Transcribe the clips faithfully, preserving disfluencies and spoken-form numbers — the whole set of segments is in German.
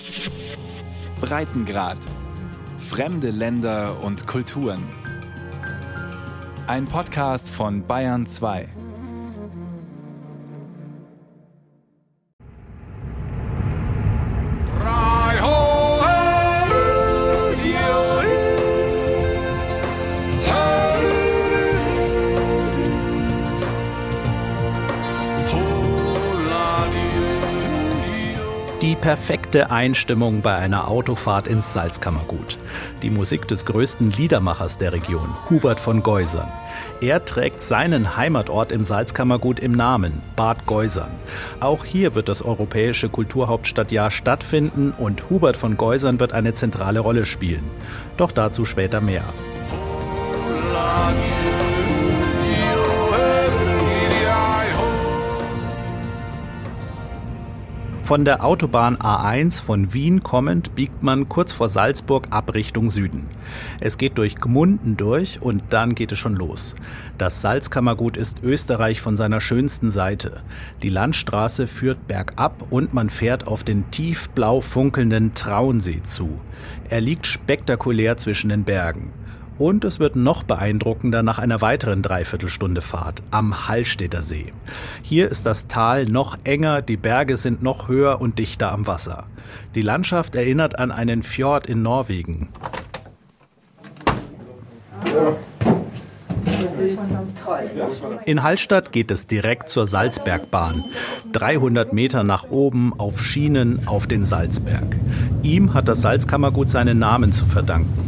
Breitengrad. Fremde Länder und Kulturen. Ein Podcast von Bayern zwei. Die perfekte Einstimmung bei einer Autofahrt ins Salzkammergut. Die Musik des größten Liedermachers der Region, Hubert von Geusern. Er trägt seinen Heimatort im Salzkammergut im Namen, Bad Geusern. Auch hier wird das Europäische Kulturhauptstadtjahr stattfinden und Hubert von Geusern wird eine zentrale Rolle spielen. Doch dazu später mehr. Von der Autobahn A eins von Wien kommend biegt man kurz vor Salzburg ab Richtung Süden. Es geht durch Gmunden durch und dann geht es schon los. Das Salzkammergut ist Österreich von seiner schönsten Seite. Die Landstraße führt bergab und man fährt auf den tiefblau funkelnden Traunsee zu. Er liegt spektakulär zwischen den Bergen. Und es wird noch beeindruckender nach einer weiteren Dreiviertelstunde Fahrt am Hallstätter See. Hier ist das Tal noch enger, die Berge sind noch höher und dichter am Wasser. Die Landschaft erinnert an einen Fjord in Norwegen. In Hallstatt geht es direkt zur Salzbergbahn. dreihundert Meter nach oben auf Schienen auf den Salzberg. Ihm hat das Salzkammergut seinen Namen zu verdanken.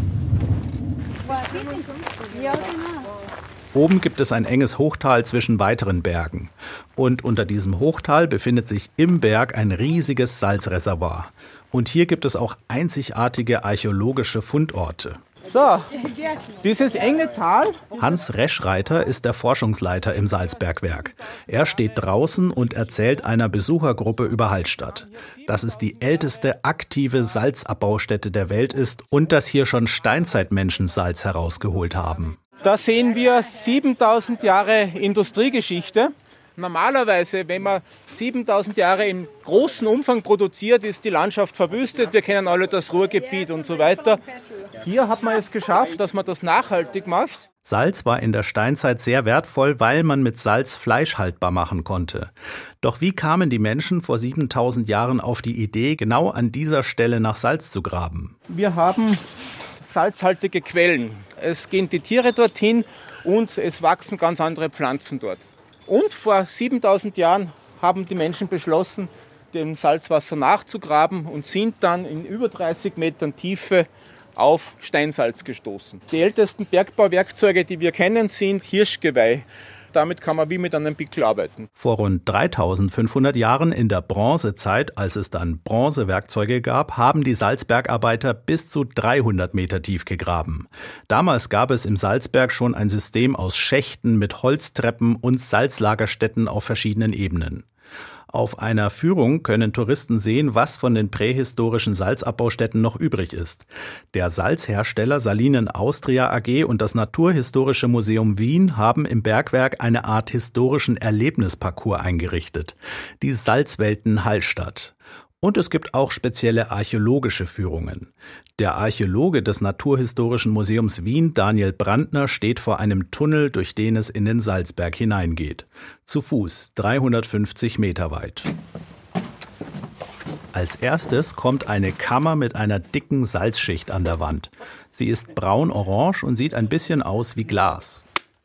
Oben gibt es ein enges Hochtal zwischen weiteren Bergen. Und unter diesem Hochtal befindet sich im Berg ein riesiges Salzreservoir. Und hier gibt es auch einzigartige archäologische Fundorte. So, dieses enge Tal. Hans Reschreiter ist der Forschungsleiter im Salzbergwerk. Er steht draußen und erzählt einer Besuchergruppe über Hallstatt, dass es die älteste aktive Salzabbaustätte der Welt ist und dass hier schon Steinzeitmenschen Salz herausgeholt haben. Da sehen wir siebentausend Jahre Industriegeschichte. Normalerweise, wenn man siebentausend Jahre im großen Umfang produziert, ist die Landschaft verwüstet. Wir kennen alle das Ruhrgebiet und so weiter. Hier hat man es geschafft, dass man das nachhaltig macht. Salz war in der Steinzeit sehr wertvoll, weil man mit Salz Fleisch haltbar machen konnte. Doch wie kamen die Menschen vor siebentausend Jahren auf die Idee, genau an dieser Stelle nach Salz zu graben? Wir haben salzhaltige Quellen. Es gehen die Tiere dorthin und es wachsen ganz andere Pflanzen dort. Und vor siebentausend Jahren haben die Menschen beschlossen, dem Salzwasser nachzugraben und sind dann in über dreißig Metern Tiefe auf Steinsalz gestoßen. Die ältesten Bergbauwerkzeuge, die wir kennen, sind Hirschgeweih. Damit kann man wie mit einem Pickel arbeiten. Vor rund dreitausendfünfhundert Jahren in der Bronzezeit, als es dann Bronzewerkzeuge gab, haben die Salzbergarbeiter bis zu dreihundert Meter tief gegraben. Damals gab es im Salzberg schon ein System aus Schächten mit Holztreppen und Salzlagerstätten auf verschiedenen Ebenen. Auf einer Führung können Touristen sehen, was von den prähistorischen Salzabbaustätten noch übrig ist. Der Salzhersteller Salinen Austria A G und das Naturhistorische Museum Wien haben im Bergwerk eine Art historischen Erlebnisparcours eingerichtet. Die Salzwelten Hallstatt. Und es gibt auch spezielle archäologische Führungen. Der Archäologe des Naturhistorischen Museums Wien, Daniel Brandner, steht vor einem Tunnel, durch den es in den Salzberg hineingeht. Zu Fuß, dreihundertfünfzig Meter weit. Als erstes kommt eine Kammer mit einer dicken Salzschicht an der Wand. Sie ist braun-orange und sieht ein bisschen aus wie Glas.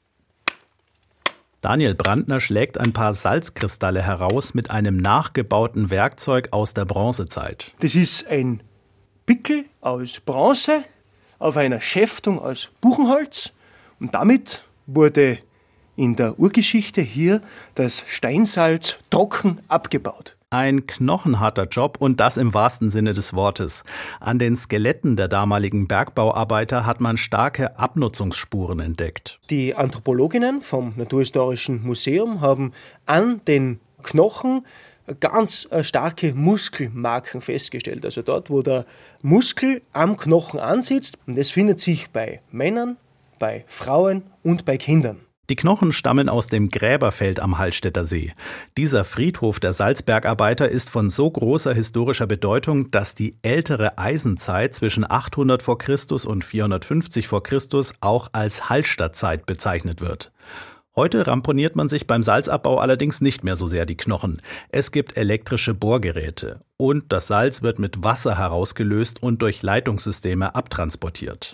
Daniel Brandner schlägt ein paar Salzkristalle heraus mit einem nachgebauten Werkzeug aus der Bronzezeit. Das ist ein Pickel aus Bronze auf einer Schäftung aus Buchenholz und damit wurde in der Urgeschichte hier das Steinsalz trocken abgebaut. Ein knochenharter Job und das im wahrsten Sinne des Wortes. An den Skeletten der damaligen Bergbauarbeiter hat man starke Abnutzungsspuren entdeckt. Die Anthropologinnen vom Naturhistorischen Museum haben an den Knochen ganz starke Muskelmarken festgestellt. Also dort, wo der Muskel am Knochen ansitzt. Und das findet sich bei Männern, bei Frauen und bei Kindern. Die Knochen stammen aus dem Gräberfeld am Hallstätter See. Dieser Friedhof der Salzbergarbeiter ist von so großer historischer Bedeutung, dass die ältere Eisenzeit zwischen achthundert vor Christus und vierhundertfünfzig vor Christus auch als Hallstattzeit bezeichnet wird. Heute ramponiert man sich beim Salzabbau allerdings nicht mehr so sehr die Knochen. Es gibt elektrische Bohrgeräte und das Salz wird mit Wasser herausgelöst und durch Leitungssysteme abtransportiert.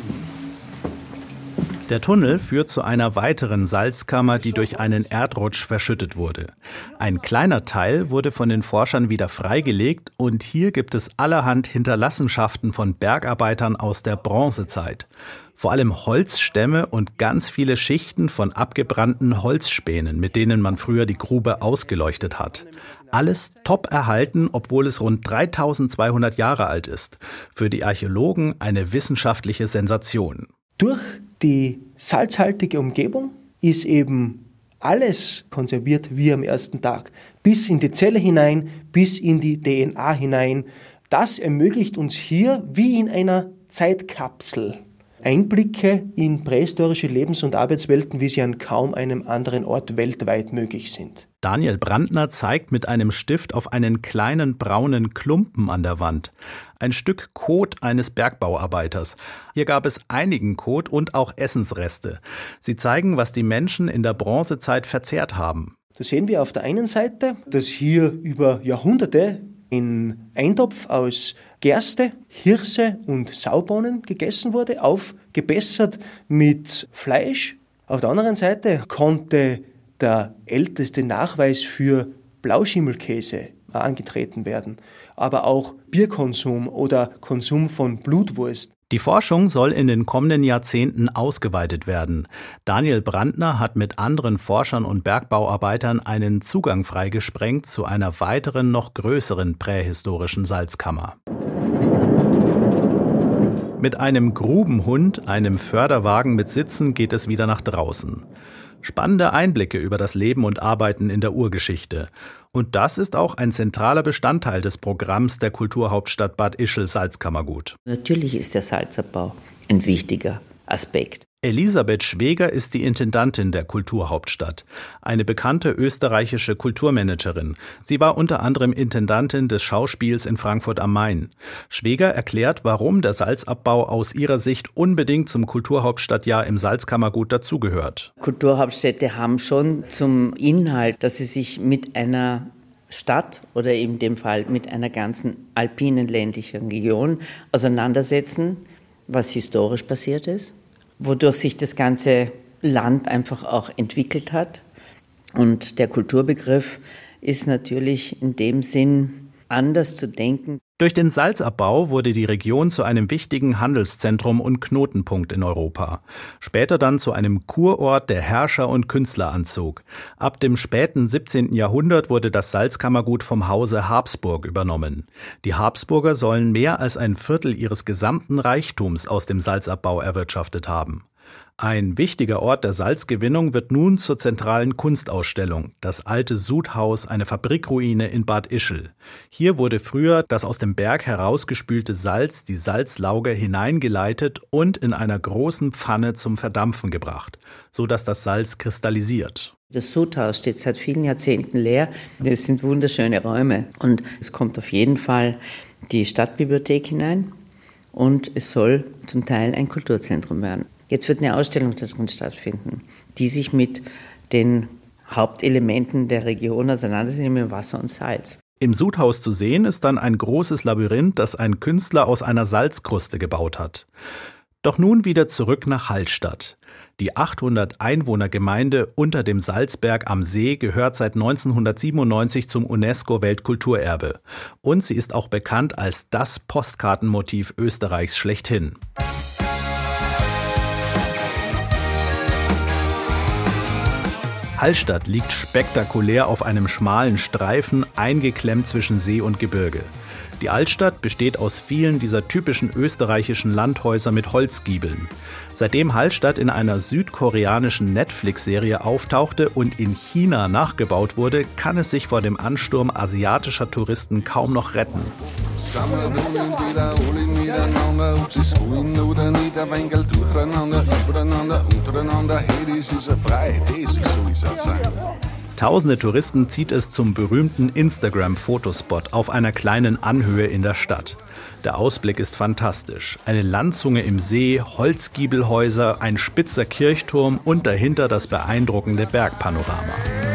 Der Tunnel führt zu einer weiteren Salzkammer, die durch einen Erdrutsch verschüttet wurde. Ein kleiner Teil wurde von den Forschern wieder freigelegt und hier gibt es allerhand Hinterlassenschaften von Bergarbeitern aus der Bronzezeit. Vor allem Holzstämme und ganz viele Schichten von abgebrannten Holzspänen, mit denen man früher die Grube ausgeleuchtet hat. Alles top erhalten, obwohl es rund dreitausendzweihundert Jahre alt ist. Für die Archäologen eine wissenschaftliche Sensation. Durch die salzhaltige Umgebung ist eben alles konserviert wie am ersten Tag. Bis in die Zelle hinein, bis in die D N A hinein. Das ermöglicht uns hier, wie in einer Zeitkapsel, Einblicke in prähistorische Lebens- und Arbeitswelten, wie sie an kaum einem anderen Ort weltweit möglich sind. Daniel Brandner zeigt mit einem Stift auf einen kleinen braunen Klumpen an der Wand. Ein Stück Kot eines Bergbauarbeiters. Hier gab es einigen Kot und auch Essensreste. Sie zeigen, was die Menschen in der Bronzezeit verzehrt haben. Da sehen wir auf der einen Seite, dass hier über Jahrhunderte in Eintopf aus Gerste, Hirse und Saubohnen gegessen wurde, aufgebessert mit Fleisch. Auf der anderen Seite konnte der älteste Nachweis für Blauschimmelkäse angetreten werden, aber auch Bierkonsum oder Konsum von Blutwurst. Die Forschung soll in den kommenden Jahrzehnten ausgeweitet werden. Daniel Brandner hat mit anderen Forschern und Bergbauarbeitern einen Zugang freigesprengt zu einer weiteren, noch größeren prähistorischen Salzkammer. Mit einem Grubenhund, einem Förderwagen mit Sitzen geht es wieder nach draußen. Spannende Einblicke über das Leben und Arbeiten in der Urgeschichte. Und das ist auch ein zentraler Bestandteil des Programms der Kulturhauptstadt Bad Ischl Salzkammergut. Natürlich ist der Salzabbau ein wichtiger Aspekt. Elisabeth Schweger ist die Intendantin der Kulturhauptstadt, eine bekannte österreichische Kulturmanagerin. Sie war unter anderem Intendantin des Schauspiels in Frankfurt am Main. Schweger erklärt, warum der Salzabbau aus ihrer Sicht unbedingt zum Kulturhauptstadtjahr im Salzkammergut dazugehört. Kulturhauptstädte haben schon zum Inhalt, dass sie sich mit einer Stadt oder in dem Fall mit einer ganzen alpinen ländlichen Region auseinandersetzen, was historisch passiert ist, wodurch sich das ganze Land einfach auch entwickelt hat. Und der Kulturbegriff ist natürlich in dem Sinn anders zu denken. Durch den Salzabbau wurde die Region zu einem wichtigen Handelszentrum und Knotenpunkt in Europa. Später dann zu einem Kurort, der Herrscher und Künstler anzog. Ab dem späten siebzehnten Jahrhundert wurde das Salzkammergut vom Hause Habsburg übernommen. Die Habsburger sollen mehr als ein Viertel ihres gesamten Reichtums aus dem Salzabbau erwirtschaftet haben. Ein wichtiger Ort der Salzgewinnung wird nun zur zentralen Kunstausstellung, das alte Sudhaus, eine Fabrikruine in Bad Ischl. Hier wurde früher das aus dem Berg herausgespülte Salz, die Salzlauge, hineingeleitet und in einer großen Pfanne zum Verdampfen gebracht, sodass das Salz kristallisiert. Das Sudhaus steht seit vielen Jahrzehnten leer. Das sind wunderschöne Räume und es kommt auf jeden Fall die Stadtbibliothek hinein und es soll zum Teil ein Kulturzentrum werden. Jetzt wird eine Ausstellung darin stattfinden, die sich mit den Hauptelementen der Region auseinandersetzt, nämlich Wasser und Salz. Im Sudhaus zu sehen ist dann ein großes Labyrinth, das ein Künstler aus einer Salzkruste gebaut hat. Doch nun wieder zurück nach Hallstatt. Die achthundert Einwohner-Gemeinde unter dem Salzberg am See gehört seit neunzehnhundertsiebenundneunzig zum UNESCO-Weltkulturerbe. Und sie ist auch bekannt als das Postkartenmotiv Österreichs schlechthin. Hallstatt liegt spektakulär auf einem schmalen Streifen, eingeklemmt zwischen See und Gebirge. Die Altstadt besteht aus vielen dieser typischen österreichischen Landhäuser mit Holzgiebeln. Seitdem Hallstatt in einer südkoreanischen Netflix-Serie auftauchte und in China nachgebaut wurde, kann es sich vor dem Ansturm asiatischer Touristen kaum noch retten. Tausende Touristen zieht es zum berühmten Instagram-Fotospot auf einer kleinen Anhöhe in der Stadt. Der Ausblick ist fantastisch. Eine Landzunge im See, Holzgiebelhäuser, ein spitzer Kirchturm und dahinter das beeindruckende Bergpanorama.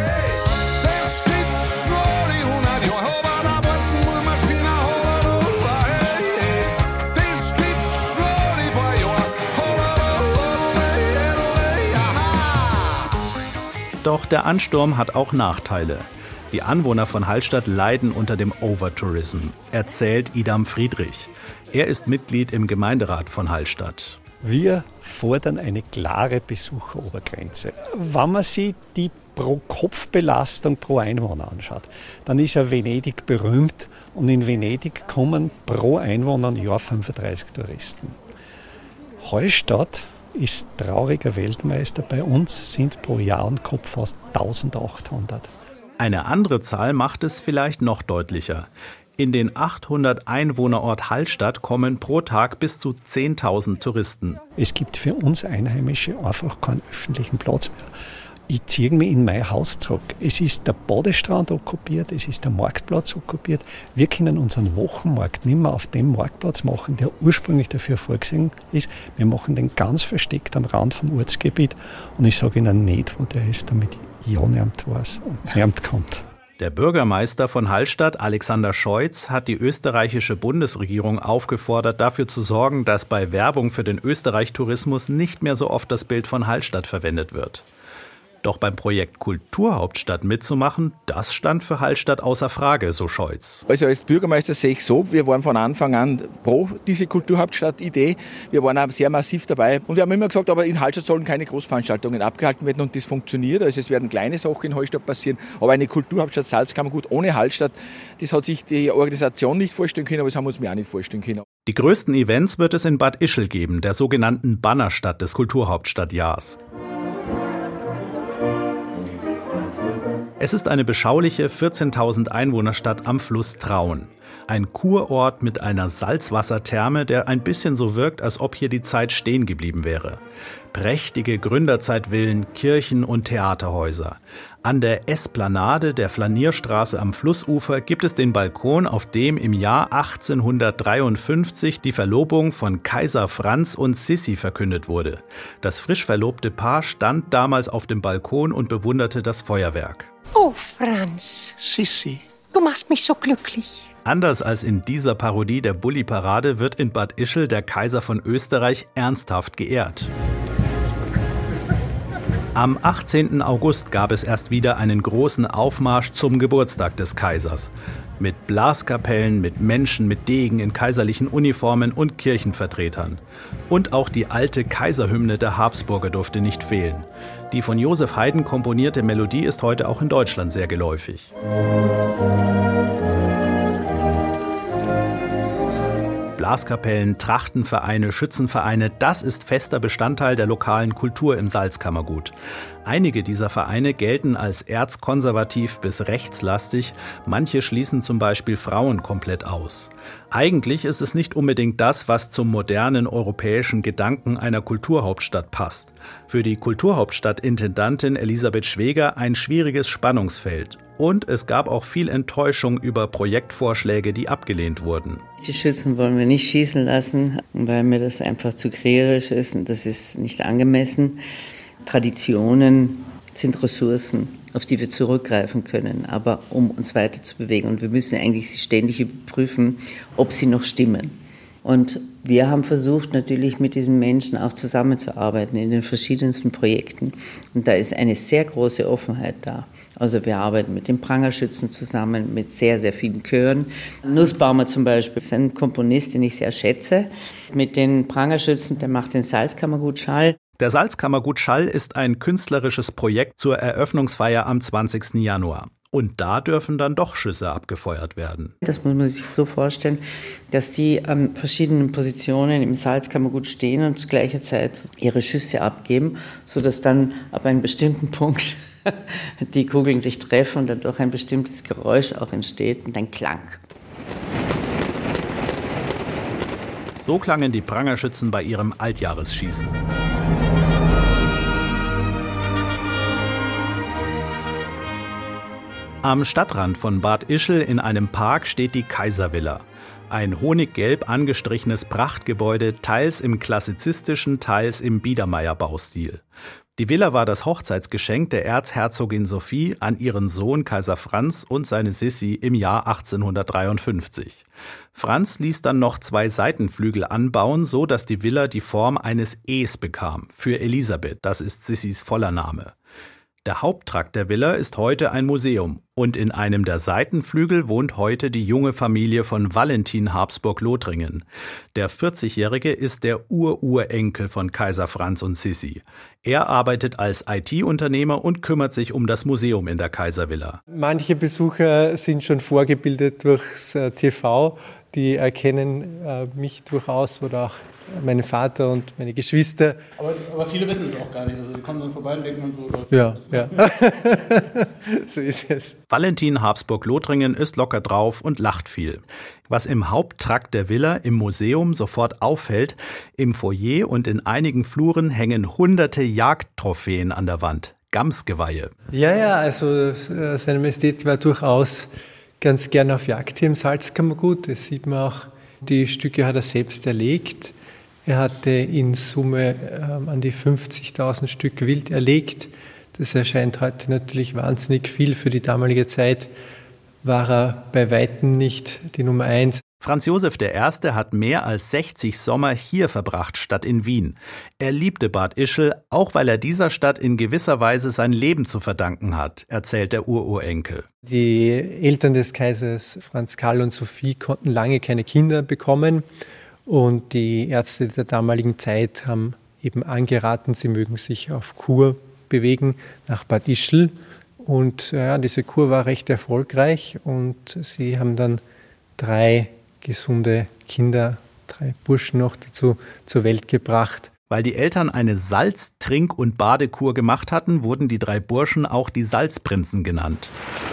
Doch der Ansturm hat auch Nachteile. Die Anwohner von Hallstatt leiden unter dem Overtourism, erzählt Idam Friedrich. Er ist Mitglied im Gemeinderat von Hallstatt. Wir fordern eine klare Besucherobergrenze. Wenn man sich die Pro-Kopf-Belastung pro Einwohner anschaut, dann ist ja Venedig berühmt und in Venedig kommen pro Einwohner im Jahr fünfunddreißig Touristen. Hallstatt ist trauriger Weltmeister. Bei uns sind pro Jahr und Kopf fast eintausendachthundert. Eine andere Zahl macht es vielleicht noch deutlicher. In den achthundert Einwohnerort Hallstatt kommen pro Tag bis zu zehntausend Touristen. Es gibt für uns Einheimische einfach keinen öffentlichen Platz mehr. Ich ziehe mich in mein Haus zurück. Es ist der Badestrand okkupiert, es ist der Marktplatz okkupiert. Wir können unseren Wochenmarkt nicht mehr auf dem Marktplatz machen, der ursprünglich dafür vorgesehen ist. Wir machen den ganz versteckt am Rand vom Ortsgebiet. Und ich sage Ihnen nicht, wo der ist, damit ja niemand weiß und niemand kommt. Der Bürgermeister von Hallstatt, Alexander Scheutz, hat die österreichische Bundesregierung aufgefordert, dafür zu sorgen, dass bei Werbung für den Österreich-Tourismus nicht mehr so oft das Bild von Hallstatt verwendet wird. Doch beim Projekt Kulturhauptstadt mitzumachen, das stand für Hallstatt außer Frage, so Scheutz. Also als Bürgermeister sehe ich so, wir waren von Anfang an pro diese Kulturhauptstadt-Idee. Wir waren auch sehr massiv dabei. Und wir haben immer gesagt, aber in Hallstatt sollen keine Großveranstaltungen abgehalten werden und das funktioniert. Also es werden kleine Sachen in Hallstatt passieren, aber eine Kulturhauptstadt Salzkammergut ohne Hallstatt, das hat sich die Organisation nicht vorstellen können, aber das haben wir uns mir auch nicht vorstellen können. Die größten Events wird es in Bad Ischl geben, der sogenannten Bannerstadt des Kulturhauptstadtjahrs. Es ist eine beschauliche vierzehntausend Einwohnerstadt am Fluss Traun. Ein Kurort mit einer Salzwassertherme, der ein bisschen so wirkt, als ob hier die Zeit stehen geblieben wäre. Prächtige Gründerzeitvillen, Kirchen und Theaterhäuser. An der Esplanade der Flanierstraße am Flussufer gibt es den Balkon, auf dem im Jahr achtzehnhundertdreiundfünfzig die Verlobung von Kaiser Franz und Sissi verkündet wurde. Das frisch verlobte Paar stand damals auf dem Balkon und bewunderte das Feuerwerk. Oh, Franz. Sissi. Du machst mich so glücklich. Anders als in dieser Parodie der Bulli-Parade wird in Bad Ischl der Kaiser von Österreich ernsthaft geehrt. Am achtzehnten August gab es erst wieder einen großen Aufmarsch zum Geburtstag des Kaisers. Mit Blaskapellen, mit Menschen mit Degen in kaiserlichen Uniformen und Kirchenvertretern. Und auch die alte Kaiserhymne der Habsburger durfte nicht fehlen. Die von Josef Haydn komponierte Melodie ist heute auch in Deutschland sehr geläufig. Blaskapellen, Trachtenvereine, Schützenvereine, das ist fester Bestandteil der lokalen Kultur im Salzkammergut. Einige dieser Vereine gelten als erzkonservativ bis rechtslastig, manche schließen zum Beispiel Frauen komplett aus. Eigentlich ist es nicht unbedingt das, was zum modernen europäischen Gedanken einer Kulturhauptstadt passt. Für die Kulturhauptstadt-Intendantin Elisabeth Schweger ein schwieriges Spannungsfeld. Und es gab auch viel Enttäuschung über Projektvorschläge, die abgelehnt wurden. Die Schützen wollen wir nicht schießen lassen, weil mir das einfach zu kriegerisch ist und das ist nicht angemessen. Traditionen sind Ressourcen, auf die wir zurückgreifen können, aber um uns weiter zu bewegen. Und wir müssen eigentlich sie ständig überprüfen, ob sie noch stimmen. Und wir haben versucht, natürlich mit diesen Menschen auch zusammenzuarbeiten in den verschiedensten Projekten. Und da ist eine sehr große Offenheit da. Also wir arbeiten mit den Prangerschützen zusammen, mit sehr, sehr vielen Chören. Nussbaumer zum Beispiel ist ein Komponist, den ich sehr schätze. Mit den Prangerschützen, der macht den Salzkammergut Schall. Der Salzkammergut Schall ist ein künstlerisches Projekt zur Eröffnungsfeier am zwanzigsten Januar. Und da dürfen dann doch Schüsse abgefeuert werden. Das muss man sich so vorstellen, dass die an verschiedenen Positionen im Salzkammergut stehen und zu gleicher Zeit ihre Schüsse abgeben, sodass dann ab einem bestimmten Punkt die Kugeln sich treffen und dadurch ein bestimmtes Geräusch auch entsteht und ein Klang. So klangen die Prangerschützen bei ihrem Altjahresschießen. Am Stadtrand von Bad Ischl in einem Park steht die Kaiservilla. Ein honiggelb angestrichenes Prachtgebäude, teils im klassizistischen, teils im Biedermeier-Baustil. Die Villa war das Hochzeitsgeschenk der Erzherzogin Sophie an ihren Sohn Kaiser Franz und seine Sissi im Jahr achtzehnhundertdreiundfünfzig. Franz ließ dann noch zwei Seitenflügel anbauen, so dass die Villa die Form eines Es bekam, für Elisabeth, das ist Sissis voller Name. Der Haupttrakt der Villa ist heute ein Museum und in einem der Seitenflügel wohnt heute die junge Familie von Valentin Habsburg-Lothringen. Der vierzigjährige ist der Ururenkel von Kaiser Franz und Sissi. Er arbeitet als I T-Unternehmer und kümmert sich um das Museum in der Kaiservilla. Manche Besucher sind schon vorgebildet durchs T V. Die erkennen äh, mich durchaus oder auch meinen Vater und meine Geschwister. Aber, aber viele wissen es auch gar nicht. Also die kommen dann vorbei und denken dann so. Ja, ja. So ist es. Valentin Habsburg-Lothringen ist locker drauf und lacht viel. Was im Haupttrakt der Villa im Museum sofort auffällt, im Foyer und in einigen Fluren hängen hunderte Jagdtrophäen an der Wand. Gamsgeweihe. Ja, ja, also seine Majestät war durchaus ganz gern auf Jagd hier im Salzkammergut. Das sieht man auch, die Stücke hat er selbst erlegt. Er hatte in Summe ähm, an die fünfzigtausend Stück Wild erlegt. Das erscheint heute natürlich wahnsinnig viel. Für die damalige Zeit war er bei Weitem nicht die Nummer eins. Franz Josef der Erste hat mehr als sechzig Sommer hier verbracht, statt in Wien. Er liebte Bad Ischl, auch weil er dieser Stadt in gewisser Weise sein Leben zu verdanken hat, erzählt der Ururenkel. Die Eltern des Kaisers Franz Karl und Sophie konnten lange keine Kinder bekommen und die Ärzte der damaligen Zeit haben eben angeraten, sie mögen sich auf Kur bewegen nach Bad Ischl. Und ja, diese Kur war recht erfolgreich und sie haben dann drei gesunde Kinder, drei Burschen noch dazu zur Welt gebracht. Weil die Eltern eine Salz-, Trink- und Badekur gemacht hatten, wurden die drei Burschen auch die Salzprinzen genannt.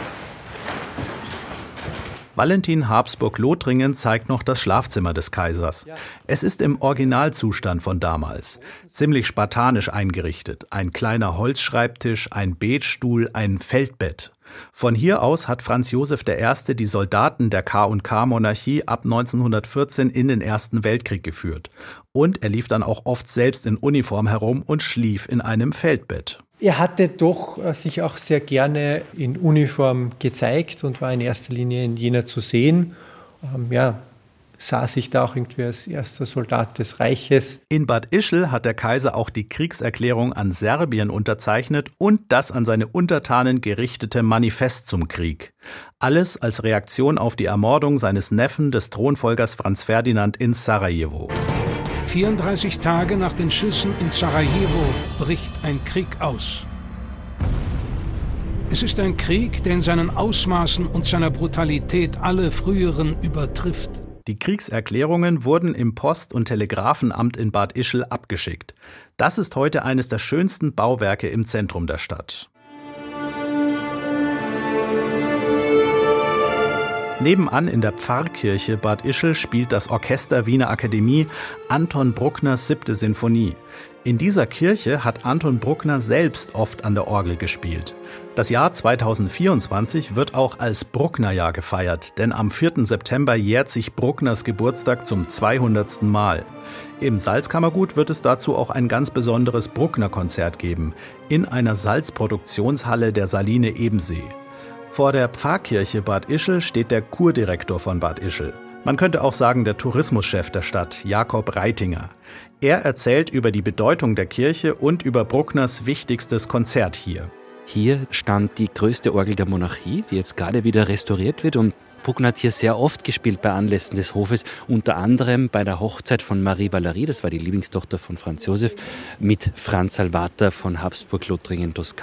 Valentin Habsburg-Lothringen zeigt noch das Schlafzimmer des Kaisers. Es ist im Originalzustand von damals. Ziemlich spartanisch eingerichtet. Ein kleiner Holzschreibtisch, ein Betstuhl, ein Feldbett. Von hier aus hat Franz Josef der Erste die Soldaten der K und K-Monarchie ab neunzehnhundertvierzehn in den Ersten Weltkrieg geführt. Und er lief dann auch oft selbst in Uniform herum und schlief in einem Feldbett. Er hatte doch sich auch sehr gerne in Uniform gezeigt und war in erster Linie in Jena zu sehen. Ähm, ja, sah sich da auch irgendwie als erster Soldat des Reiches. In Bad Ischl hat der Kaiser auch die Kriegserklärung an Serbien unterzeichnet und das an seine Untertanen gerichtete Manifest zum Krieg. Alles als Reaktion auf die Ermordung seines Neffen, des Thronfolgers Franz Ferdinand, in Sarajevo. vierunddreißig Tage nach den Schüssen in Sarajevo bricht ein Krieg aus. Es ist ein Krieg, der in seinen Ausmaßen und seiner Brutalität alle früheren übertrifft. Die Kriegserklärungen wurden im Post- und Telegrafenamt in Bad Ischl abgeschickt. Das ist heute eines der schönsten Bauwerke im Zentrum der Stadt. Nebenan in der Pfarrkirche Bad Ischl spielt das Orchester Wiener Akademie Anton Bruckners siebte Sinfonie. In dieser Kirche hat Anton Bruckner selbst oft an der Orgel gespielt. Das Jahr zweitausendvierundzwanzig wird auch als Brucknerjahr gefeiert, denn am vierten September jährt sich Bruckners Geburtstag zum zweihundertsten Mal. Im Salzkammergut wird es dazu auch ein ganz besonderes Bruckner-Konzert geben, in einer Salzproduktionshalle der Saline Ebensee. Vor der Pfarrkirche Bad Ischl steht der Kurdirektor von Bad Ischl. Man könnte auch sagen, der Tourismuschef der Stadt, Jakob Reitinger. Er erzählt über die Bedeutung der Kirche und über Bruckners wichtigstes Konzert hier. Hier stand die größte Orgel der Monarchie, die jetzt gerade wieder restauriert wird. Und Bruckner hat hier sehr oft gespielt bei Anlässen des Hofes, unter anderem bei der Hochzeit von Marie Valerie, das war die Lieblingstochter von Franz Josef, mit Franz Salvator von Habsburg-Lothringen-Toskana.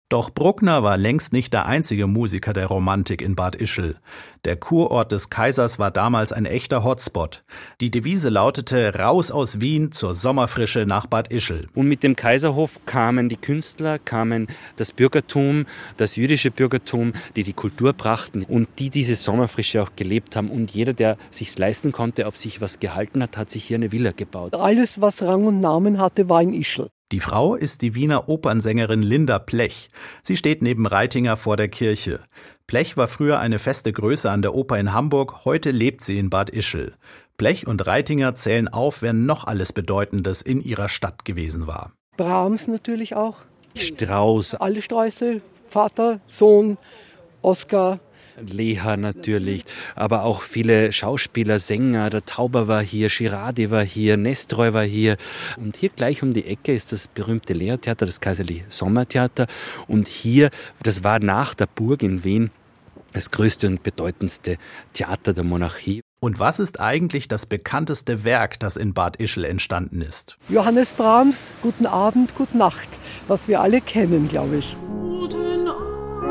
Doch Bruckner war längst nicht der einzige Musiker der Romantik in Bad Ischl. Der Kurort des Kaisers war damals ein echter Hotspot. Die Devise lautete: Raus aus Wien zur Sommerfrische nach Bad Ischl. Und mit dem Kaiserhof kamen die Künstler, kamen das Bürgertum, das jüdische Bürgertum, die die Kultur brachten und die diese Sommerfrische auch gelebt haben. Und jeder, der sich's leisten konnte, auf sich was gehalten hat, hat sich hier eine Villa gebaut. Alles, was Rang und Namen hatte, war in Ischl. Die Frau ist die Wiener Opernsängerin Linda Plech. Sie steht neben Reitinger vor der Kirche. Plech war früher eine feste Größe an der Oper in Hamburg, heute lebt sie in Bad Ischl. Plech und Reitinger zählen auf, wer noch alles Bedeutendes in ihrer Stadt gewesen war. Brahms natürlich auch. Strauss. Alle Sträuße, Vater, Sohn, Oskar. Leha natürlich, aber auch viele Schauspieler, Sänger, der Tauber war hier, Girardi war hier, Nestroy war hier. Und hier gleich um die Ecke ist das berühmte Lehrtheater, das Kaiserliche Sommertheater. Und hier, das war nach der Burg in Wien, das größte und bedeutendste Theater der Monarchie. Und was ist eigentlich das bekannteste Werk, das in Bad Ischl entstanden ist? Johannes Brahms, Guten Abend, Gute Nacht, was wir alle kennen, glaube ich. Guten Abend.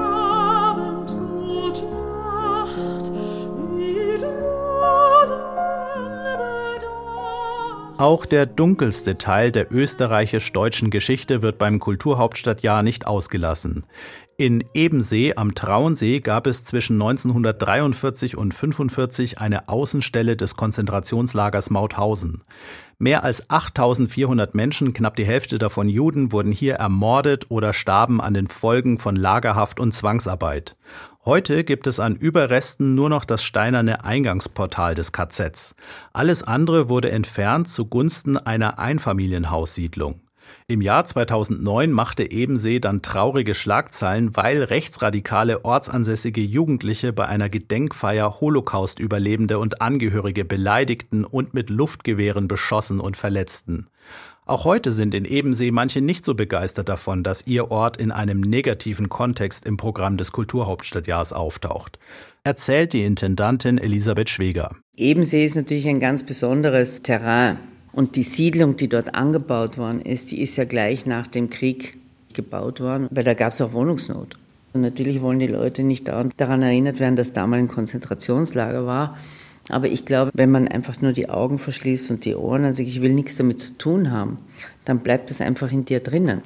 Auch der dunkelste Teil der österreichisch-deutschen Geschichte wird beim Kulturhauptstadtjahr nicht ausgelassen. In Ebensee am Traunsee gab es zwischen neunzehnhundertdreiundvierzig und fünfundvierzig eine Außenstelle des Konzentrationslagers Mauthausen. Mehr als achttausendvierhundert Menschen, knapp die Hälfte davon Juden, wurden hier ermordet oder starben an den Folgen von Lagerhaft und Zwangsarbeit. Heute gibt es an Überresten nur noch das steinerne Eingangsportal des K Zs. Alles andere wurde entfernt zugunsten einer Einfamilienhaussiedlung. Im Jahr zweitausendneun machte Ebensee dann traurige Schlagzeilen, weil rechtsradikale ortsansässige Jugendliche bei einer Gedenkfeier Holocaust-Überlebende und Angehörige beleidigten und mit Luftgewehren beschossen und verletzten. Auch heute sind in Ebensee manche nicht so begeistert davon, dass ihr Ort in einem negativen Kontext im Programm des Kulturhauptstadtjahrs auftaucht. Erzählt die Intendantin Elisabeth Schweger. Ebensee ist natürlich ein ganz besonderes Terrain. Und die Siedlung, die dort angebaut worden ist, die ist ja gleich nach dem Krieg gebaut worden, weil da gab es auch Wohnungsnot. Und natürlich wollen die Leute nicht daran erinnert werden, dass damals ein Konzentrationslager war. Aber ich glaube, wenn man einfach nur die Augen verschließt und die Ohren und sagt, ich will nichts damit zu tun haben, dann bleibt das einfach in dir drinnen.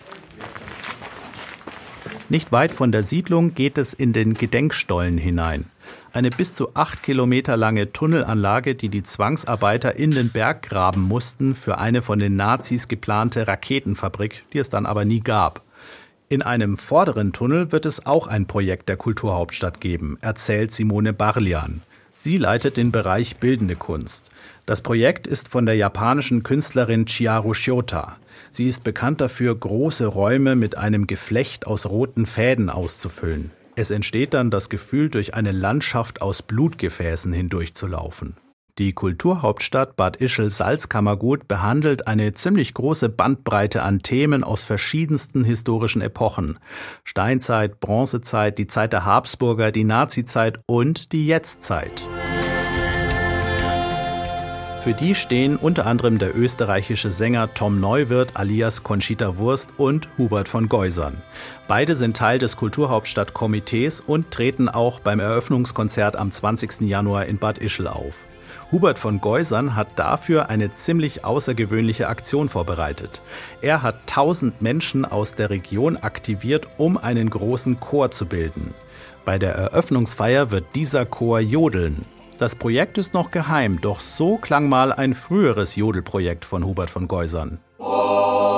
Nicht weit von der Siedlung geht es in den Gedenkstollen hinein. Eine bis zu acht Kilometer lange Tunnelanlage, die die Zwangsarbeiter in den Berg graben mussten für eine von den Nazis geplante Raketenfabrik, die es dann aber nie gab. In einem vorderen Tunnel wird es auch ein Projekt der Kulturhauptstadt geben, erzählt Simone Barlian. Sie leitet den Bereich Bildende Kunst. Das Projekt ist von der japanischen Künstlerin Chiharu Shiota. Sie ist bekannt dafür, große Räume mit einem Geflecht aus roten Fäden auszufüllen. Es entsteht dann das Gefühl, durch eine Landschaft aus Blutgefäßen hindurchzulaufen. Die Kulturhauptstadt Bad Ischl-Salzkammergut behandelt eine ziemlich große Bandbreite an Themen aus verschiedensten historischen Epochen. Steinzeit, Bronzezeit, die Zeit der Habsburger, die Nazizeit und die Jetztzeit. Für die stehen unter anderem der österreichische Sänger Tom Neuwirth alias Conchita Wurst und Hubert von Geusern. Beide sind Teil des Kulturhauptstadtkomitees und treten auch beim Eröffnungskonzert am zwanzigsten Januar in Bad Ischl auf. Hubert von Geusern hat dafür eine ziemlich außergewöhnliche Aktion vorbereitet. Er hat tausend Menschen aus der Region aktiviert, um einen großen Chor zu bilden. Bei der Eröffnungsfeier wird dieser Chor jodeln. Das Projekt ist noch geheim, doch so klang mal ein früheres Jodelprojekt von Hubert von Geusern. Oh.